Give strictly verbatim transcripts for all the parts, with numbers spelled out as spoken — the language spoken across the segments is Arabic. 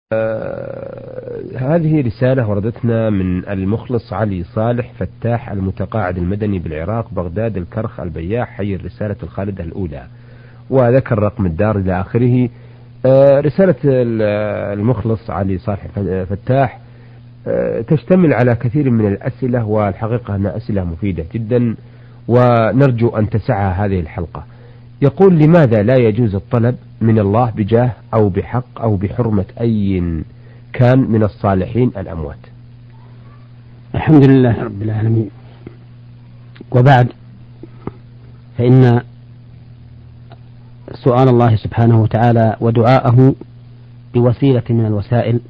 آه هذه رسالة وردتنا من المخلص علي صالح فتاح المتقاعد المدني بالعراق، بغداد الكرخ البياح، حي الرسالة الخالدة الأولى، وذكر رقم الدار إلى آخره. آه رسالة المخلص علي صالح فتاح آه تشتمل على كثير من الأسئلة، والحقيقة أنها أسئلة مفيدة جدا، ونرجو أن تسعها هذه الحلقة. يقول: لماذا لا يجوز الطلب من الله بجاه أو بحق أو بحرمة أي كان من الصالحين الأموات؟ الحمد لله رب العالمين، وبعد، فإن سؤال الله سبحانه وتعالى ودعاءه بوسيلة من الوسائل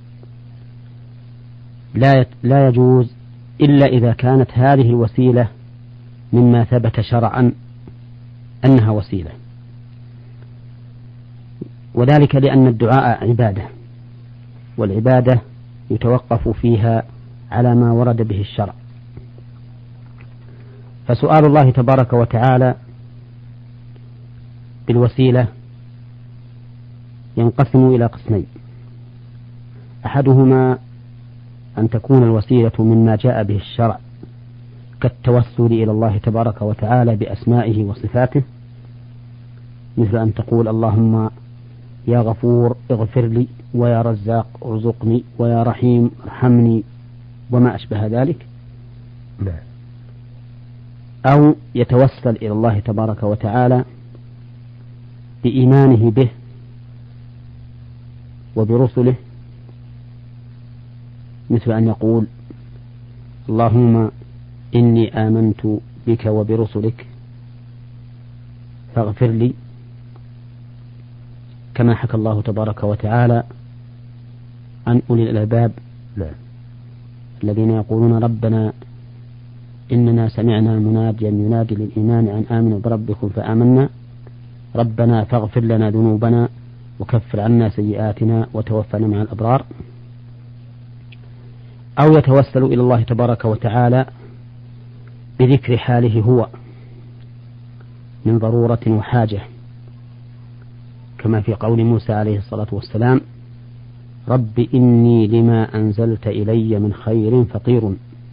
لا لا يجوز إلا إذا كانت هذه الوسيلة مما ثبت شرعا أنها وسيلة، وذلك لأن الدعاء عبادة، والعبادة يتوقف فيها على ما ورد به الشرع. فسؤال الله تبارك وتعالى بالوسيلة ينقسم إلى قسمين: أحدهما أن تكون الوسيلة مما جاء به الشرع كالتوسل إلى الله تبارك وتعالى بأسمائه وصفاته، مثل أن تقول: اللهم يا غفور اغفر لي، ويا رزاق ارزقني، ويا رحيم ارحمني، وما أشبه ذلك. أو يتوسل إلى الله تبارك وتعالى بإيمانه به وبرسله، مثل أن يقول: اللهم إني آمنت بك وبرسلك فاغفر لي، كما حكى الله تبارك وتعالى عن أولي الألباب الذين يقولون: ربنا إننا سمعنا مناديا ينادي للإيمان أن آمنوا بربكم فآمنا ربنا فاغفر لنا ذنوبنا وكفر عنا سيئاتنا وتوفنا مع الأبرار. أو يتوسل إلى الله تبارك وتعالى بذكر حاله هو من ضرورة وحاجة، كما في قول موسى عليه الصلاة والسلام: رب إني لما أنزلت إلي من خير فقير.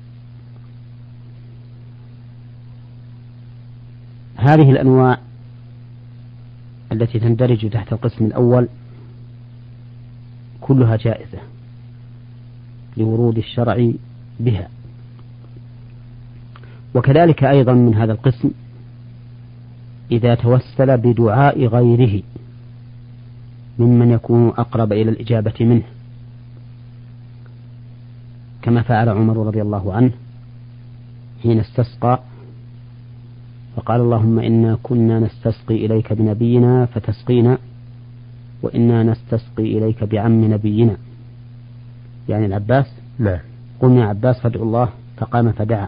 هذه الأنواع التي تندرج تحت القسم الأول كلها جائزة لورود الشرع بها، وكذلك أيضا من هذا القسم إذا توسل بدعاء غيره ممن يكون أقرب إلى الإجابة منه، كما فعل عمر رضي الله عنه حين استسقى فقال: اللهم إنا كنا نستسقي إليك بنبينا فتسقينا، وإنا نستسقي إليك بعم نبينا، يعني العباس. لا. قلنا يا عباس فادعو الله، فقام فدعا.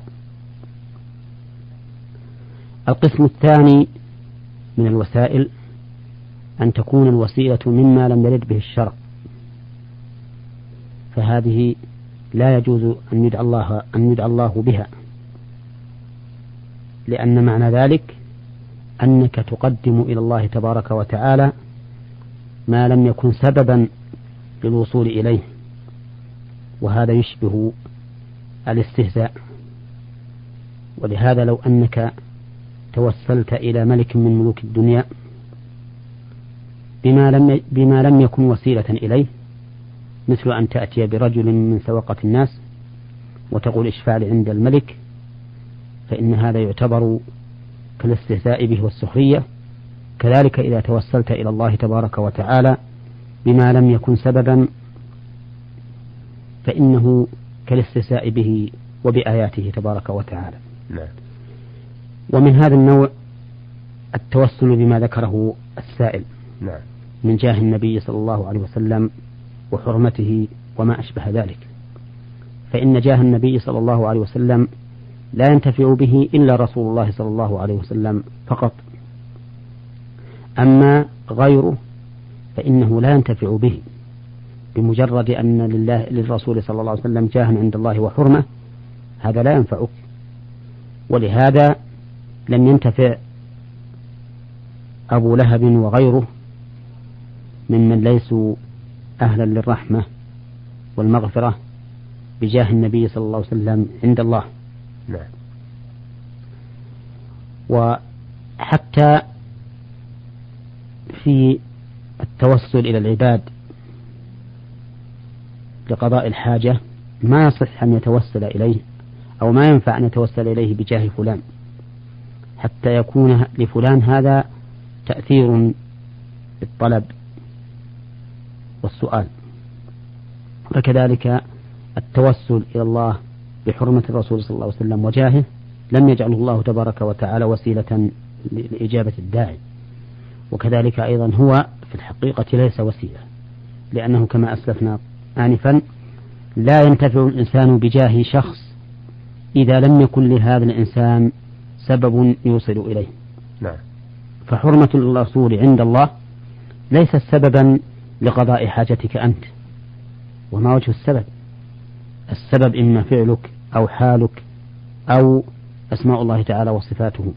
القسم الثاني من الوسائل أن تكون الوسيلة مما لم يرد به الشرع، فهذه لا يجوز أن يدعى الله أن يدعى الله بها، لأن معنى ذلك أنك تقدم إلى الله تبارك وتعالى ما لم يكن سببا للوصول إليه، وهذا يشبه الاستهزاء. ولهذا لو أنك توسلت إلى ملك من ملوك الدنيا بما لم بما لم يكن وسيلة إليه، مثل أن تأتي برجل من سوقة الناس وتقول: اشفع لي عند الملك، فإن هذا يعتبر كالاستهزاء به والسخرية. كذلك إذا توسلت إلى الله تبارك وتعالى بما لم يكن سببا فإنه كالاستهزاء به وبآياته تبارك وتعالى. نعم. ومن هذا النوع التوسل بما ذكره السائل نعم. من جاه النبي صلى الله عليه وسلم وحرمته وما أشبه ذلك، فإن جاه النبي صلى الله عليه وسلم لا ينتفع به إلا رسول الله صلى الله عليه وسلم فقط، أما غيره فإنه لا ينتفع به، بمجرد أن لله للرسول صلى الله عليه وسلم جاه عند الله وحرمة هذا لا ينفعك. ولهذا لم ينتفع أبو لهب وغيره ممن ليسوا أهلا للرحمة والمغفرة بجاه النبي صلى الله عليه وسلم عند الله. نعم. وحتى في التوسل إلى العباد لقضاء الحاجة ما يصح أن يتوسل إليه أو ما ينفع أن يتوسل إليه بجاه فلان حتى يكون لفلان هذا تأثير بالطلب والسؤال. وكذلك التوسل إلى الله بحرمة الرسول صلى الله عليه وسلم وجاهه لم يجعله الله تبارك وتعالى وسيلة لإجابة الداعي، وكذلك أيضا هو في الحقيقة ليس وسيلة، لأنه كما أسلفنا آنفا لا ينتفع الإنسان بجاه شخص إذا لم يكن لهذا الإنسان سبب يوصل إليه. نعم. فحرمة الرسول عند الله ليست سببا لقضاء حاجتك أنت. وما وجه السبب؟ السبب إما فعلك أو حالك أو أسماء الله تعالى وصفاته.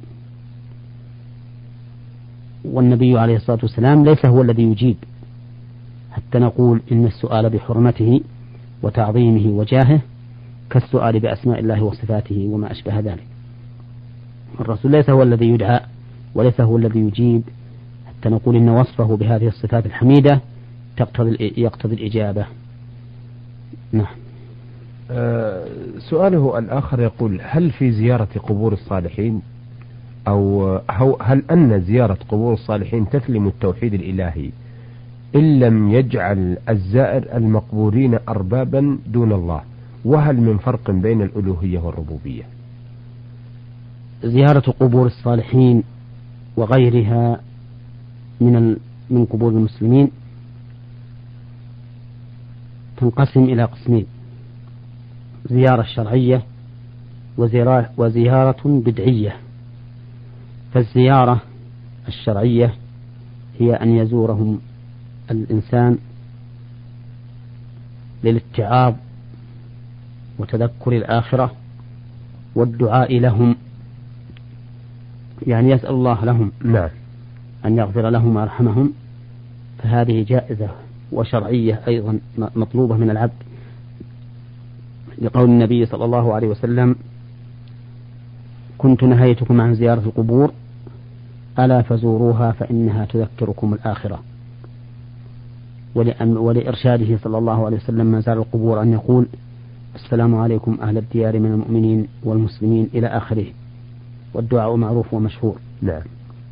والنبي عليه الصلاة والسلام ليس هو الذي يجيب حتى نقول إن السؤال بحرمته وتعظيمه وجاهه كالسؤال بأسماء الله وصفاته وما أشبه ذلك. الرسول ليس هو الذي يدعى وليس هو الذي يجيب حتى نقول إن وصفه بهذه الصفات الحميدة تقتضي يقتضي الإجابة. نعم. أه سؤاله الآخر يقول: هل في زيارة قبور الصالحين أو هل أن زيارة قبور الصالحين تسلم التوحيد الإلهي إن لم يجعل الزائر المقبورين أربابا دون الله؟ وهل من فرق بين الألوهية والربوبية؟ زيارة قبور الصالحين وغيرها من من قبور المسلمين تنقسم إلى قسمين: زيارة شرعية وزيارة بدعية. فالزيارة الشرعية هي أن يزورهم الإنسان للاتعاظ وتذكر الآخرة والدعاء لهم، يعني يسأل الله لهم نعم أن يغفر لهم ويرحمهم، فهذه جائزة وشرعية أيضا مطلوبة من العبد، لقول النبي صلى الله عليه وسلم: كنت نهيتكم عن زيارة القبور ألا فزوروها فإنها تذكركم الآخرة. ولإرشاده صلى الله عليه وسلم من زار القبور أن يقول: السلام عليكم أهل الديار من المؤمنين والمسلمين إلى آخره، والدعاء معروف ومشهور. نعم.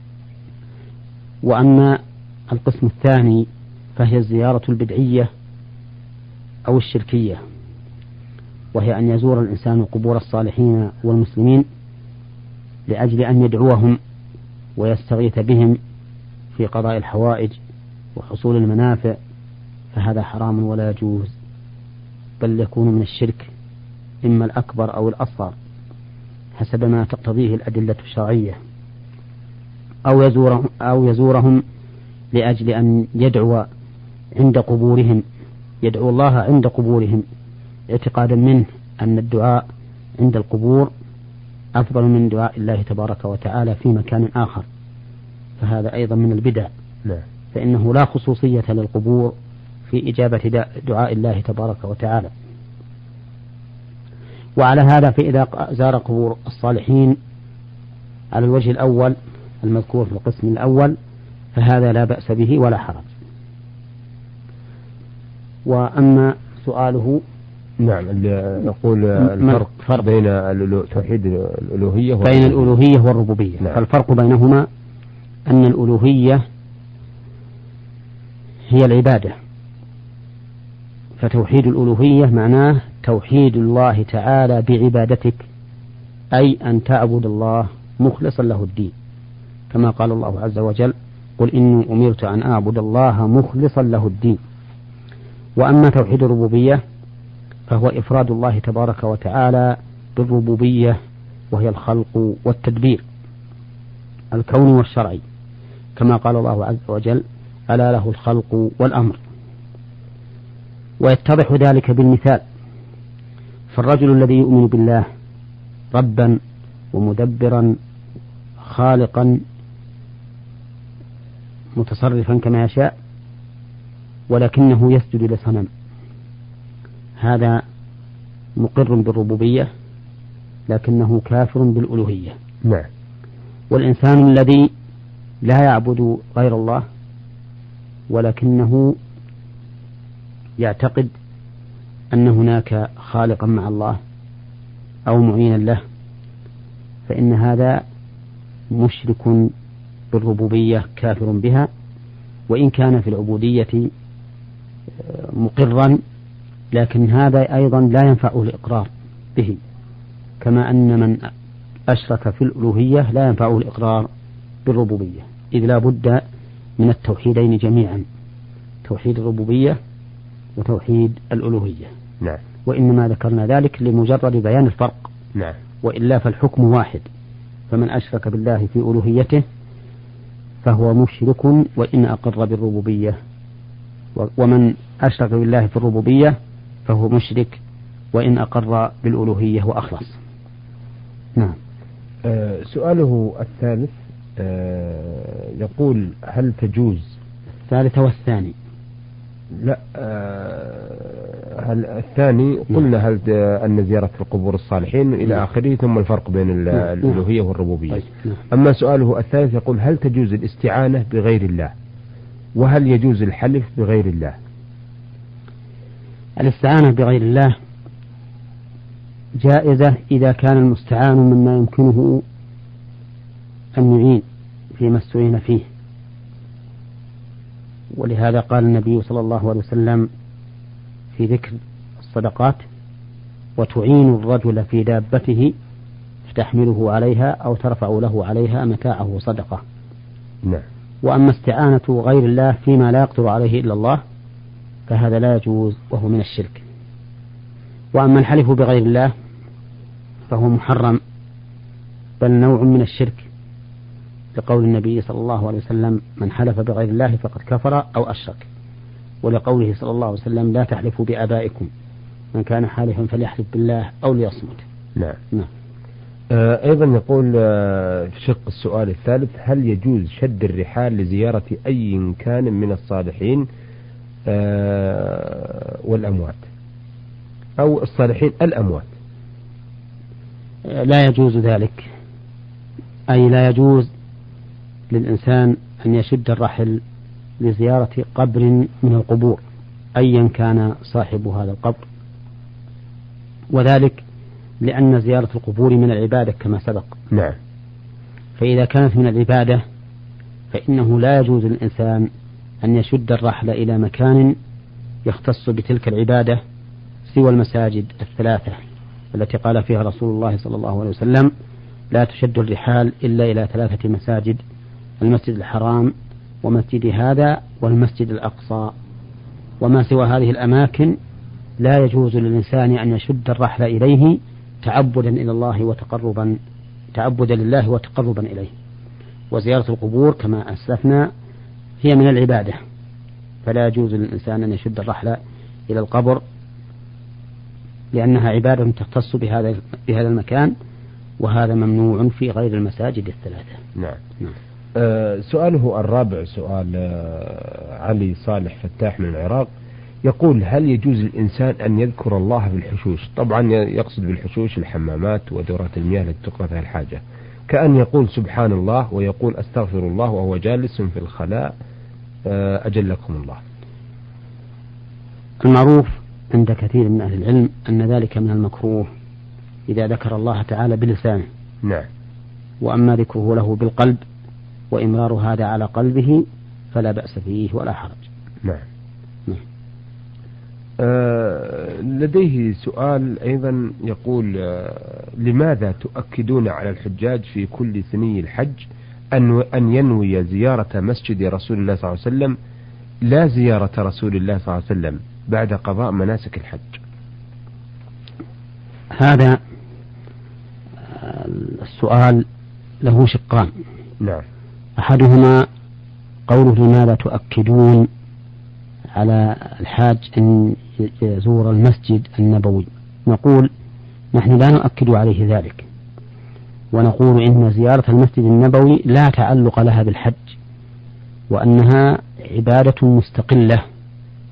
وأما القسم الثاني فهي الزيارة البدعية أو الشركية، وهي أن يزور الإنسان قبور الصالحين والمسلمين لأجل أن يدعوهم ويستغيث بهم في قضاء الحوائج وحصول المنافع، فهذا حرام ولا يجوز، بل يكون من الشرك إما الأكبر أو الأصغر حسب ما تقتضيه الأدلة الشرعية. أو يزورهم, أو يزورهم لأجل أن يدعو عند قبورهم، يدعو الله عند قبورهم اعتقادا منه أن الدعاء عند القبور أفضل من دعاء الله تبارك وتعالى في مكان آخر، فهذا أيضا من البدع. لا. فإنه لا خصوصية للقبور في إجابة دعاء الله تبارك وتعالى. وعلى هذا فإذا زار قبور الصالحين على الوجه الأول المذكور في القسم الأول فهذا لا بأس به ولا حرج. وأما سؤاله نعم يقول الفرق فرق بين توحيد الألوهية بين الألوهية والربوبية. نعم. فالفرق بينهما أن الألوهية هي العبادة، فتوحيد الألوهية معناه توحيد الله تعالى بعبادتك، أي أن تعبد الله مخلصا له الدين، كما قال الله عز وجل: قل إني أمرت أن أعبد الله مخلصا له الدين. وأما توحيد الربوبية فهو إفراد الله تبارك وتعالى بالربوبية، وهي الخلق والتدبير الكوني والشرعي، كما قال الله عز وجل: ألا له الخلق والأمر. ويتضح ذلك بالمثال، فالرجل الذي يؤمن بالله ربا ومدبرا خالقا متصرفا كما يشاء، ولكنه يسجد لصنم، هذا مقر بالربوبية لكنه كافر بالألوهية. نعم. والإنسان الذي لا يعبد غير الله ولكنه يعتقد أن هناك خالقا مع الله أو معينا له، فإن هذا مشرك بالربوبية كافر بها، وإن كان في العبودية مقرا، لكن هذا أيضا لا ينفعه الإقرار به، كما أن من أشرك في الألوهية لا ينفعه الإقرار بالربوبية، إذ لا بد من التوحيدين جميعا، توحيد الربوبية وتوحيد الألوهية. نعم. وإنما ذكرنا ذلك لمجرد بيان الفرق. نعم. وإلا فالحكم واحد، فمن أشرك بالله في ألوهيته فهو مشرك وإن أقر بالربوبية، ومن أشرك بالله في الربوبية فهو مشرك وإن أقر بالألوهية وأخلص. نعم. آه سؤاله الثالث آه يقول هل تجوز الثالث والثاني؟ لا آه هل الثاني قلنا هل أن زيارة القبور الصالحين إلى نعم. آخره، ثم الفرق بين الألوهية والربوبية. طيب. نعم. أما سؤاله الثالث يقول هل تجوز الاستعانة بغير الله، وهل يجوز الحلف بغير الله؟ الاستعانة بغير الله جائزة إذا كان المستعان مما يمكنه أن يعين فيما استعين فيه، ولهذا قال النبي صلى الله عليه وسلم في ذكر الصدقات: وتعين الرجل في دابته تحمله عليها أو ترفع له عليها متاعه صدقة. نعم. وأما استعانة غير الله فيما لا يقدر عليه إلا الله فهذا لا يجوز وهو من الشرك. وأما الحلف بغير الله فهو محرم بل نوع من الشرك، لقول النبي صلى الله عليه وسلم: من حلف بغير الله فقد كفر أو أشرك، ولقوله صلى الله عليه وسلم: لا تحلفوا بآبائكم، من كان حالفا فليحلف بالله أو ليصمت. نعم. نعم. آه أيضا يقول آه في شق السؤال الثالث: هل يجوز شد الرحال لزيارة أي كان من الصالحين آه والأموات، أو الصالحين الأموات؟ لا يجوز ذلك، أي لا يجوز للإنسان أن يشد الرحل لزيارة قبر من القبور أيا كان صاحب هذا القبر، وذلك لأن زيارة القبور من العبادة كما سبق. نعم. فإذا كانت من العبادة فإنه لا يجوز للإنسان أن يشد الرحل إلى مكان يختص بتلك العبادة سوى المساجد الثلاثة التي قال فيها رسول الله صلى الله عليه وسلم: لا تشد الرحال إلا إلى ثلاثة مساجد: المسجد الحرام ومسجد هذا والمسجد الأقصى. وما سوى هذه الأماكن لا يجوز للإنسان أن يشد الرحل إليه تعبدا إلى الله وتقربا تعبدا لله وتقربا إليه. وزيارة القبور كما أسلفنا هي من العبادة، فلا يجوز للإنسان أن يشد الرحل إلى القبر لأنها عبادة تختص بهذا بهذا المكان، وهذا ممنوع في غير المساجد الثلاثة. نعم. نعم. آه سؤاله الرابع سؤال آه علي صالح فتاح من العراق، يقول: هل يجوز للإنسان أن يذكر الله بالحشوش؟ طبعا يقصد بالحشوش الحمامات ودورات المياه التي تقضى فيها الحاجة، كأن يقول سبحان الله ويقول أستغفر الله وهو جالس في الخلاء آه أجلكم الله. المعروف عند كثير من أهل العلم أن ذلك من المكروه إذا ذكر الله تعالى بلسانه. نعم. وأما ذكره له بالقلب وإمرار هذا على قلبه فلا بأس فيه ولا حرج. نعم. نعم. آه لديه سؤال أيضا يقول: آه لماذا تؤكدون على الحجاج في كل سني الحج أن أن ينوي زيارة مسجد رسول الله صلى الله عليه وسلم لا زيارة رسول الله صلى الله عليه وسلم بعد قضاء مناسك الحج؟ هذا السؤال له شقان. نعم. أحدهما قوله: لماذا تؤكدون على الحاج أن يزور المسجد النبوي؟ نقول: نحن لا نؤكد عليه ذلك، ونقول إن زيارة المسجد النبوي لا تعلق لها بالحج، وأنها عبادة مستقلة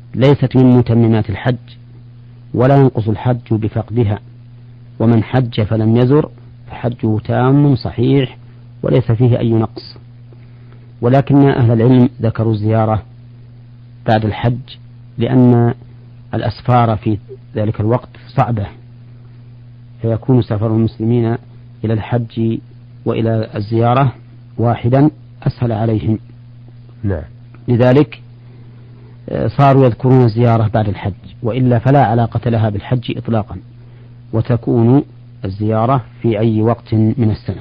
ليست من متممات الحج، ولا ينقص الحج بفقدها، ومن حج فلم يزر فحجه تام صحيح وليس فيه أي نقص. ولكن أهل العلم ذكروا الزيارة بعد الحج لأن الأسفار في ذلك الوقت صعبة، فيكون سفر المسلمين إلى الحج وإلى الزيارة واحدا أسهل عليهم. نعم. لذلك صاروا يذكرون الزيارة بعد الحج، وإلا فلا علاقة لها بالحج إطلاقا، وتكون الزيارة في أي وقت من السنة.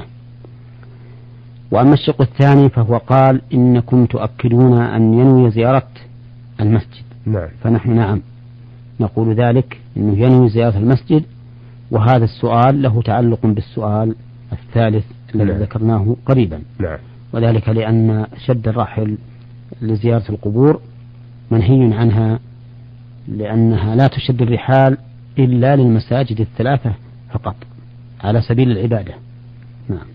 وأما الشق الثاني فهو قال إنكم تؤكدون أن ينوي زيارة المسجد. نعم. فنحن نعم نقول ذلك، إنه ينوي زيارة المسجد، وهذا السؤال له تعلق بالسؤال الثالث الذي نعم. ذكرناه قريبا. نعم. وذلك لأن شد الرحل لزيارة القبور منهي عنها، لأنها لا تشد الرحال إلا للمساجد الثلاثة فقط على سبيل العبادة. نعم.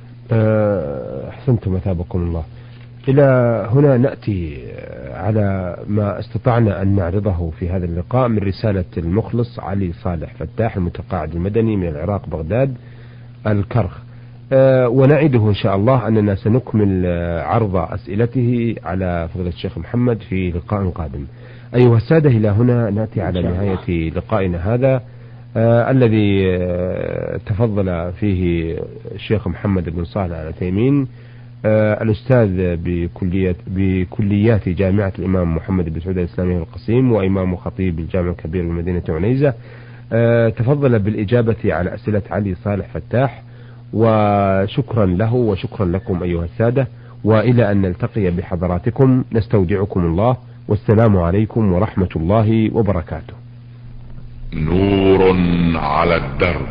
أحسنتم أثابكم الله. إلى هنا نأتي على ما استطعنا أن نعرضه في هذا اللقاء من رسالة المخلص علي صالح فتاح المتقاعد المدني من العراق بغداد الكرخ، ونعده إن شاء الله أننا سنكمل عرض أسئلته على فضيلة الشيخ محمد في لقاء قادم. أيها السادة، إلى هنا نأتي على نهاية لقائنا هذا آه الذي آه تفضل فيه الشيخ محمد بن صالح العثيمين آه الأستاذ بكلية بكليات جامعة الإمام محمد بن سعود الإسلامية القصيم وإمام خطيب الجامع الكبير بمدينة عنيزة، آه تفضل بالإجابة على أسئلة علي صالح فتاح، وشكرا له وشكرا لكم أيها السادة، وإلى أن نلتقي بحضراتكم نستودعكم الله، والسلام عليكم ورحمة الله وبركاته. نور على الدرب،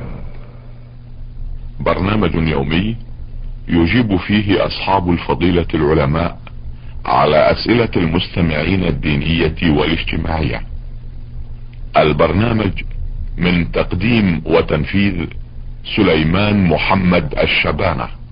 برنامج يومي يجيب فيه أصحاب الفضيلة العلماء على أسئلة المستمعين الدينية والاجتماعية. البرنامج من تقديم وتنفيذ سليمان محمد الشبانة.